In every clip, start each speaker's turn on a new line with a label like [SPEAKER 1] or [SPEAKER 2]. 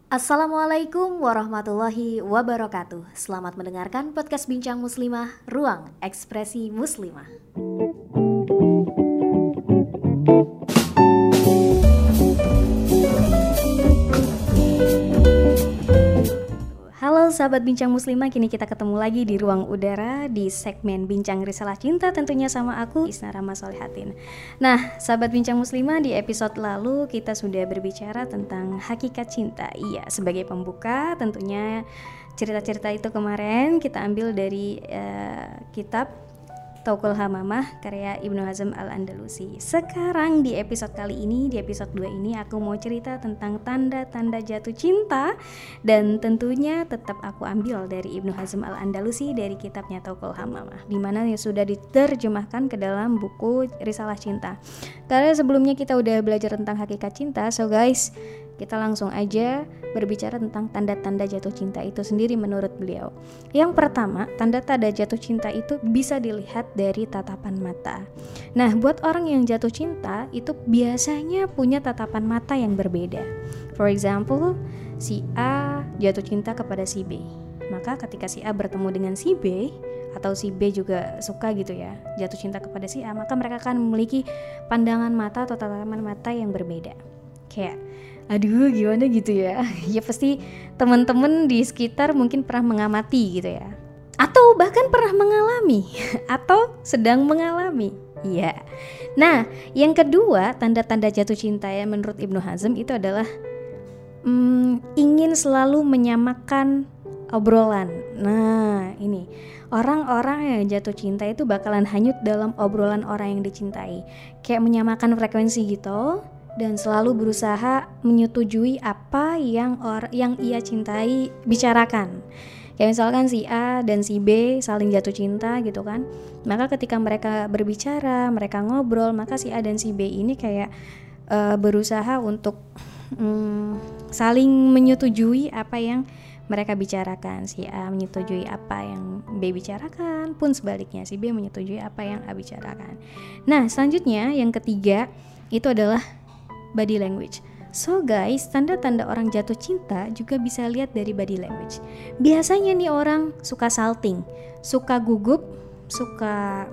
[SPEAKER 1] Assalamualaikum warahmatullahi wabarakatuh. Selamat mendengarkan podcast Bincang Muslimah, Ruang Ekspresi Muslimah. Halo sahabat Bincang Muslimah, kini kita ketemu lagi di ruang udara di segmen Bincang Risalah Cinta, tentunya sama aku Isna Rahma Solihatin. Nah, sahabat Bincang Muslimah, di episode lalu kita sudah berbicara tentang hakikat cinta. Iya, sebagai pembuka tentunya cerita-cerita itu kemarin kita ambil dari kitab Tauqul Hamamah karya Ibnu Hazm Al-Andalusi. Sekarang di episode kali ini, di episode 2 ini aku mau cerita tentang tanda-tanda jatuh cinta, dan tentunya tetap aku ambil dari Ibnu Hazm Al-Andalusi dari kitabnya Tauqul Hamamah, di mana yang sudah diterjemahkan ke dalam buku Risalah Cinta. Karena sebelumnya kita udah belajar tentang hakikat cinta, so guys, kita langsung aja berbicara tentang tanda-tanda jatuh cinta itu sendiri menurut beliau. Yang pertama, tanda-tanda jatuh cinta itu bisa dilihat dari tatapan mata. Nah, buat orang yang jatuh cinta itu biasanya punya tatapan mata yang berbeda. For example, si A jatuh cinta kepada si B. Maka ketika si A bertemu dengan si B, atau si B juga suka gitu ya, jatuh cinta kepada si A, maka mereka akan memiliki pandangan mata atau tatapan mata yang berbeda. Kayak aduh gimana gitu ya. Ya pasti teman-teman di sekitar mungkin pernah mengamati gitu ya, atau bahkan pernah mengalami atau sedang mengalami. Iya. Nah, yang kedua tanda-tanda jatuh cinta ya menurut Ibnu Hazm itu adalah ingin selalu menyamakan obrolan. Nah, ini orang-orang yang jatuh cinta itu bakalan hanyut dalam obrolan orang yang dicintai, kayak menyamakan frekuensi gitu, dan selalu berusaha menyetujui apa yang ia cintai bicarakan. Kayak misalkan si A dan si B saling jatuh cinta gitu kan, maka ketika mereka berbicara, mereka ngobrol, maka si A dan si B ini kayak berusaha untuk saling menyetujui apa yang mereka bicarakan. Si A menyetujui apa yang B bicarakan, pun sebaliknya si B menyetujui apa yang A bicarakan. Nah, selanjutnya yang ketiga itu adalah body language. So guys, tanda-tanda orang jatuh cinta juga bisa lihat dari body language. Biasanya nih orang suka salting, suka gugup, suka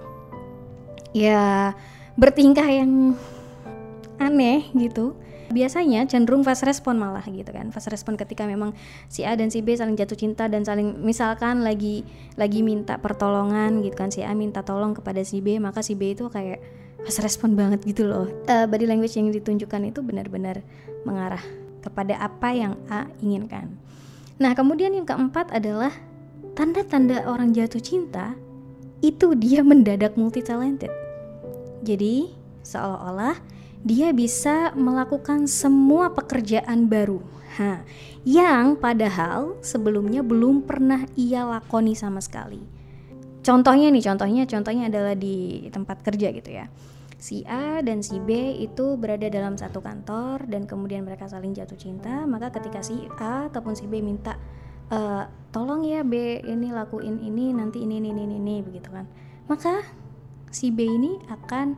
[SPEAKER 1] ya bertingkah yang aneh gitu. Biasanya cenderung fast respon malah gitu kan. Fast respon ketika memang si A dan si B saling jatuh cinta dan saling misalkan lagi minta pertolongan gitu kan. Si A minta tolong kepada si B, maka si B itu kayak fast respon banget gitu loh. Body language yang ditunjukkan itu benar-benar mengarah kepada apa yang A inginkan. Nah, kemudian yang keempat adalah tanda-tanda orang jatuh cinta itu dia mendadak multi talented. Jadi seolah-olah dia bisa melakukan semua pekerjaan baru, yang padahal sebelumnya belum pernah ia lakoni sama sekali. Contohnya adalah di tempat kerja gitu ya. Si A dan si B itu berada dalam satu kantor dan kemudian mereka saling jatuh cinta. Maka ketika si A ataupun si B minta tolong ya B, ini lakuin ini, nanti ini begitu kan, maka si B ini akan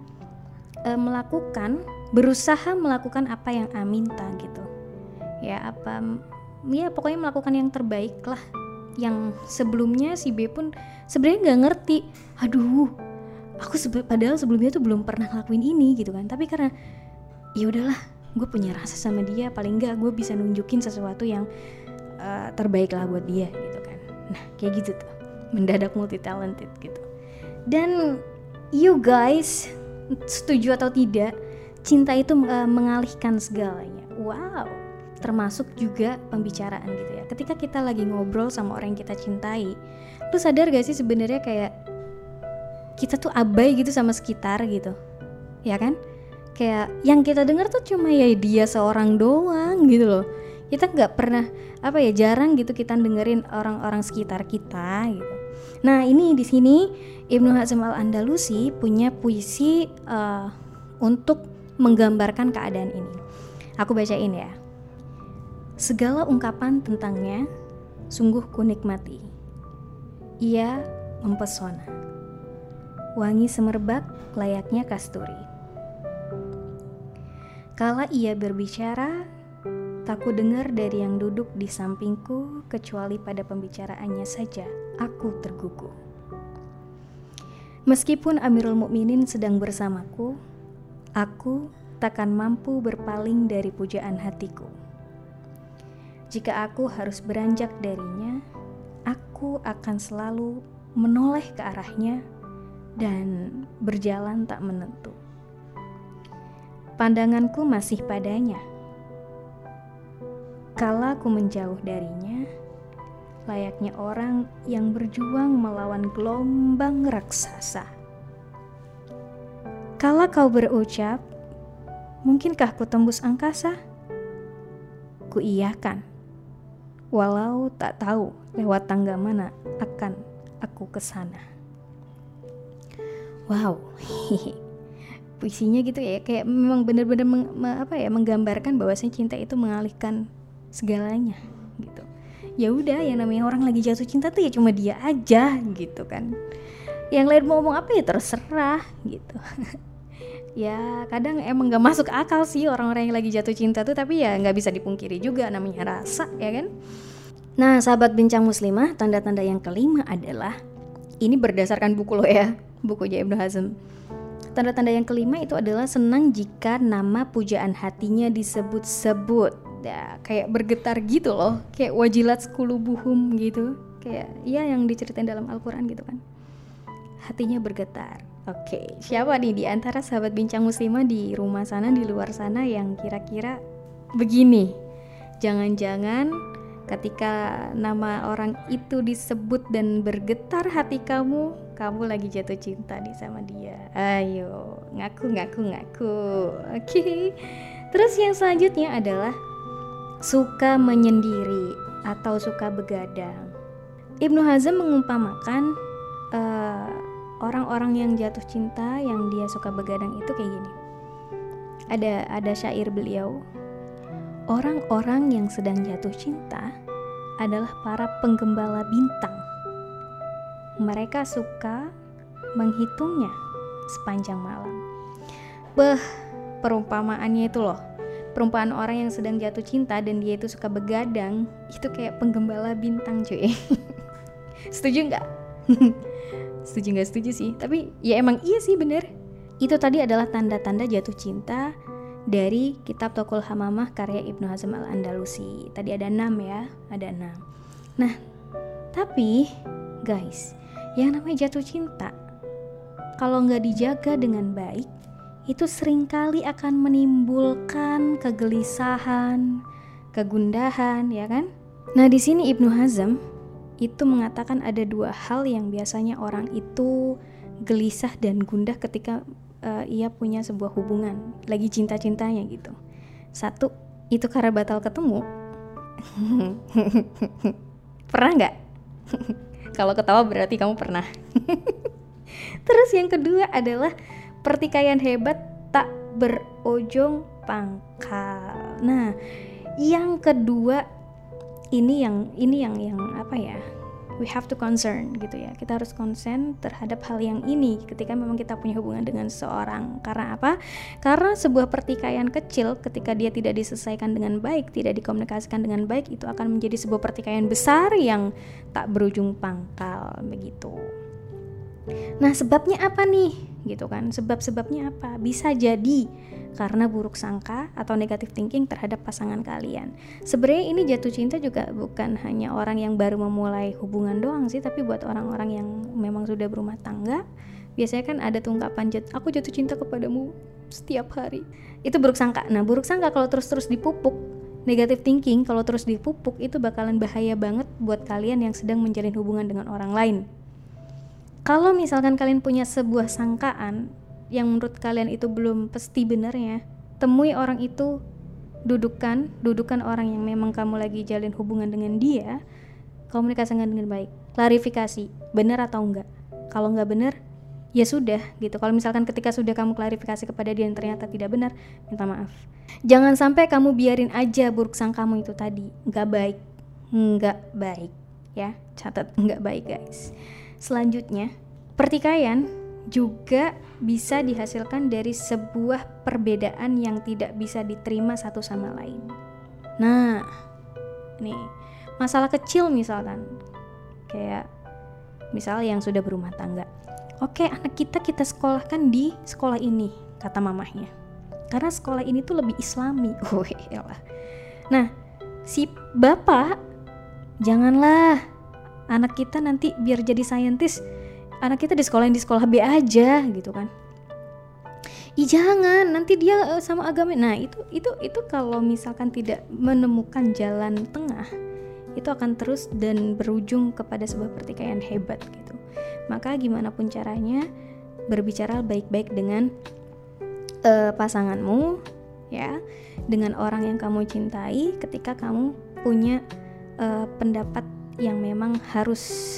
[SPEAKER 1] berusaha melakukan apa yang A minta gitu. Ya pokoknya melakukan yang terbaik lah, yang sebelumnya si B pun sebenarnya nggak ngerti. Aduh, padahal sebelumnya tuh belum pernah ngelakuin ini gitu kan, tapi karena ya udahlah, gue punya rasa sama dia, paling nggak gue bisa nunjukin sesuatu yang terbaik lah buat dia gitu kan. Nah, kayak gitu tuh, mendadak multi talented gitu. Dan you guys, setuju atau tidak, cinta itu mengalihkan segalanya. Wow, termasuk juga pembicaraan gitu ya. Ketika kita lagi ngobrol sama orang yang kita cintai, lu sadar gak sih sebenarnya kayak kita tuh abai gitu sama sekitar gitu, ya kan? Kayak yang kita dengar tuh cuma ya dia seorang doang gitu loh. Kita nggak pernah jarang gitu kita dengerin orang-orang sekitar kita gitu. Nah, ini di sini Ibnu Hazm Al-Andalusi punya puisi untuk menggambarkan keadaan ini. Aku bacain ya. Segala ungkapan tentangnya sungguh kunikmati. Ia mempesona. Wangi semerbak layaknya kasturi. Kala ia berbicara, Tak ku dengar dari yang duduk di sampingku, kecuali pada pembicaraannya saja aku tergugu. Meskipun Amirul Mukminin sedang bersamaku, aku takkan mampu berpaling dari pujaan hatiku. Jika aku harus beranjak darinya, aku akan selalu menoleh ke arahnya dan berjalan tak menentu. Pandanganku masih padanya. Kala ku menjauh darinya, layaknya orang yang berjuang melawan gelombang raksasa. Kala kau berucap, mungkinkah ku tembus angkasa? Ku iyakan, walau tak tahu lewat tangga mana akan aku kesana. Wow, puisinya gitu ya, kayak memang benar-benar menggambarkan bahwasanya cinta itu mengalihkan segalanya gitu. Ya udah, yang namanya orang lagi jatuh cinta tuh ya cuma dia aja gitu kan. Yang lain mau ngomong apa ya terserah gitu. Ya kadang emang gak masuk akal sih orang-orang yang lagi jatuh cinta tuh, tapi ya gak bisa dipungkiri juga, namanya rasa ya kan. Nah sahabat bincang muslimah, tanda-tanda yang kelima adalah, ini berdasarkan buku lo ya, bukunya Ibnu Hazm. Tanda-tanda yang kelima itu adalah senang jika nama pujaan hatinya disebut-sebut. Ya, kayak bergetar gitu loh, kayak wajilat qulubuhum gitu, kayak ya yang diceritain dalam Al-Quran gitu kan, hatinya bergetar. Oke, siapa nih di antara sahabat bincang muslimah di rumah sana, di luar sana yang kira-kira begini? Jangan-jangan ketika nama orang itu disebut dan bergetar hati kamu lagi jatuh cinta nih sama dia. Ayo, ngaku. Oke. Terus yang selanjutnya adalah suka menyendiri atau suka begadang. Ibnu Hazm mengumpamakan orang-orang yang jatuh cinta, yang dia suka begadang itu kayak gini. Ada syair beliau, orang-orang yang sedang jatuh cinta adalah para penggembala bintang. Mereka suka menghitungnya sepanjang malam. Perumpamaannya itu loh, perumpamaan orang yang sedang jatuh cinta dan dia itu suka begadang, itu kayak penggembala bintang cuy. Setuju nggak? Setuju nggak setuju sih, tapi ya emang iya sih bener. Itu tadi adalah tanda-tanda jatuh cinta dari kitab Tokul Hamamah karya Ibnu Hazm Al-Andalusi. Tadi ada 6 ya, ada 6. Nah, tapi guys, yang namanya jatuh cinta, kalau nggak dijaga dengan baik, itu seringkali akan menimbulkan kegelisahan, kegundahan, ya kan? Nah, di sini Ibnu Hazm itu mengatakan ada 2 hal yang biasanya orang itu gelisah dan gundah ketika ia punya sebuah hubungan, lagi cinta-cintanya gitu. 1, itu karena batal ketemu. Pernah nggak? Kalau ketawa berarti kamu pernah. Terus yang kedua adalah pertikaian hebat tak berujung pangkal. Nah, yang kedua ini yang apa ya? We have to concern gitu ya. Kita harus concern terhadap hal yang ini ketika memang kita punya hubungan dengan seseorang. Karena apa? Karena sebuah pertikaian kecil ketika dia tidak diselesaikan dengan baik, tidak dikomunikasikan dengan baik, itu akan menjadi sebuah pertikaian besar yang tak berujung pangkal begitu. Nah, sebabnya apa nih? Gitu kan. Sebab-sebabnya apa? Bisa jadi karena buruk sangka atau negative thinking terhadap pasangan kalian. Sebenarnya ini jatuh cinta juga bukan hanya orang yang baru memulai hubungan doang sih, tapi buat orang-orang yang memang sudah berumah tangga, biasanya kan ada tuh ungkapan, aku jatuh cinta kepadamu setiap hari. Itu buruk sangka. Nah, buruk sangka kalau terus-terus dipupuk, negative thinking kalau terus dipupuk, itu bakalan bahaya banget buat kalian yang sedang menjalin hubungan dengan orang lain. Kalau misalkan kalian punya sebuah sangkaan yang menurut kalian itu belum pasti benarnya, temui orang itu, dudukan orang yang memang kamu lagi jalin hubungan dengan dia, komunikasikan dengan baik, klarifikasi, benar atau enggak. Kalau enggak benar, ya sudah gitu. Kalau misalkan ketika sudah kamu klarifikasi kepada dia dan ternyata tidak benar, minta maaf. Jangan sampai kamu biarin aja buruk sangkamu itu tadi. Enggak baik ya, catat, enggak baik guys. Selanjutnya, pertikaian juga bisa dihasilkan dari sebuah perbedaan yang tidak bisa diterima satu sama lain. Nah, nih masalah kecil misalkan, kayak misal yang sudah berumah tangga. Oke, anak kita sekolahkan di sekolah ini, kata mamahnya, karena sekolah ini tuh lebih islami. Nah, si bapak, janganlah anak kita nanti biar jadi saintis, anak kita disekolahin di sekolah B aja gitu kan. Jangan, nanti dia sama agama. Nah, itu kalau misalkan tidak menemukan jalan tengah, itu akan terus dan berujung kepada sebuah pertikaian hebat gitu. Maka gimana pun caranya, berbicara baik-baik dengan pasanganmu, ya, dengan orang yang kamu cintai, ketika kamu punya pendapat yang memang harus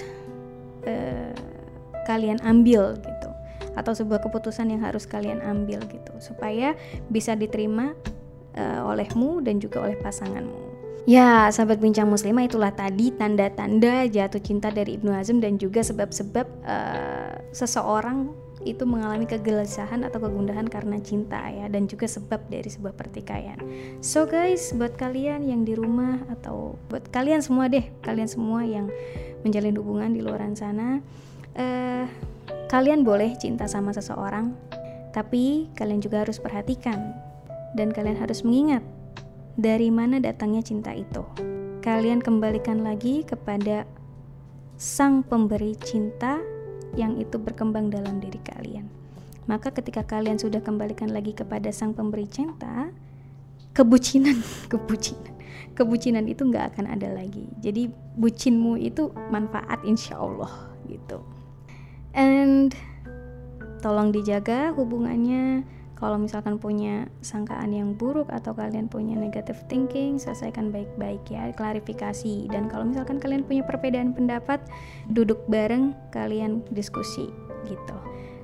[SPEAKER 1] kalian ambil gitu, atau sebuah keputusan yang harus kalian ambil gitu, supaya bisa diterima olehmu dan juga oleh pasanganmu. Ya, sahabat bincang muslimah, itulah tadi tanda-tanda jatuh cinta dari Ibnu Hazm dan juga sebab-sebab seseorang itu mengalami kegelisahan atau kegundahan karena cinta ya, dan juga sebab dari sebuah pertikaian. So guys, buat kalian yang di rumah atau buat kalian semua deh, kalian semua yang menjalin hubungan di luar sana, kalian boleh cinta sama seseorang, tapi kalian juga harus perhatikan dan kalian harus mengingat dari mana datangnya cinta itu. Kalian kembalikan lagi kepada sang pemberi cinta yang itu berkembang dalam diri kalian. Maka ketika kalian sudah kembalikan lagi kepada sang pemberi cinta, kebucinan itu nggak akan ada lagi. Jadi bucinmu itu manfaat insya Allah gitu. And tolong dijaga hubungannya. Kalau misalkan punya sangkaan yang buruk atau kalian punya negative thinking, selesaikan baik-baik ya, klarifikasi. Dan kalau misalkan kalian punya perbedaan pendapat, duduk bareng, kalian diskusi gitu.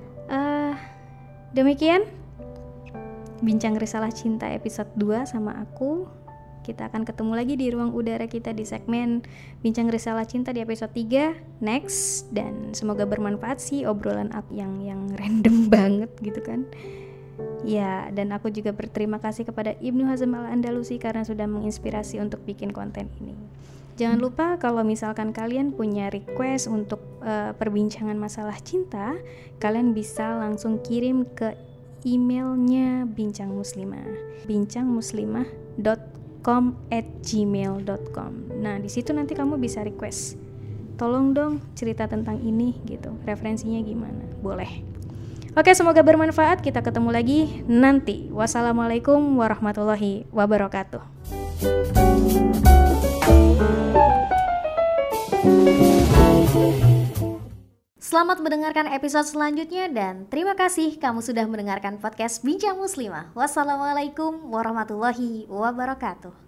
[SPEAKER 1] Demikian Bincang Risalah Cinta episode 2 sama aku. Kita akan ketemu lagi di ruang udara kita di segmen Bincang Risalah Cinta di episode 3 next. Dan semoga bermanfaat sih obrolan yang random banget gitu kan. Ya, dan aku juga berterima kasih kepada Ibnu Hazm Al-Andalusi karena sudah menginspirasi untuk bikin konten ini. Jangan lupa kalau misalkan kalian punya request untuk perbincangan masalah cinta, kalian bisa langsung kirim ke emailnya Bincang Muslimah, bincangmuslimah.com@gmail.com. Nah, di situ nanti kamu bisa request, tolong dong cerita tentang ini gitu, referensinya gimana, boleh. Oke, semoga bermanfaat. Kita ketemu lagi nanti. Wassalamualaikum warahmatullahi wabarakatuh.
[SPEAKER 2] Selamat mendengarkan episode selanjutnya dan terima kasih kamu sudah mendengarkan podcast Bincang Muslimah. Wassalamualaikum warahmatullahi wabarakatuh.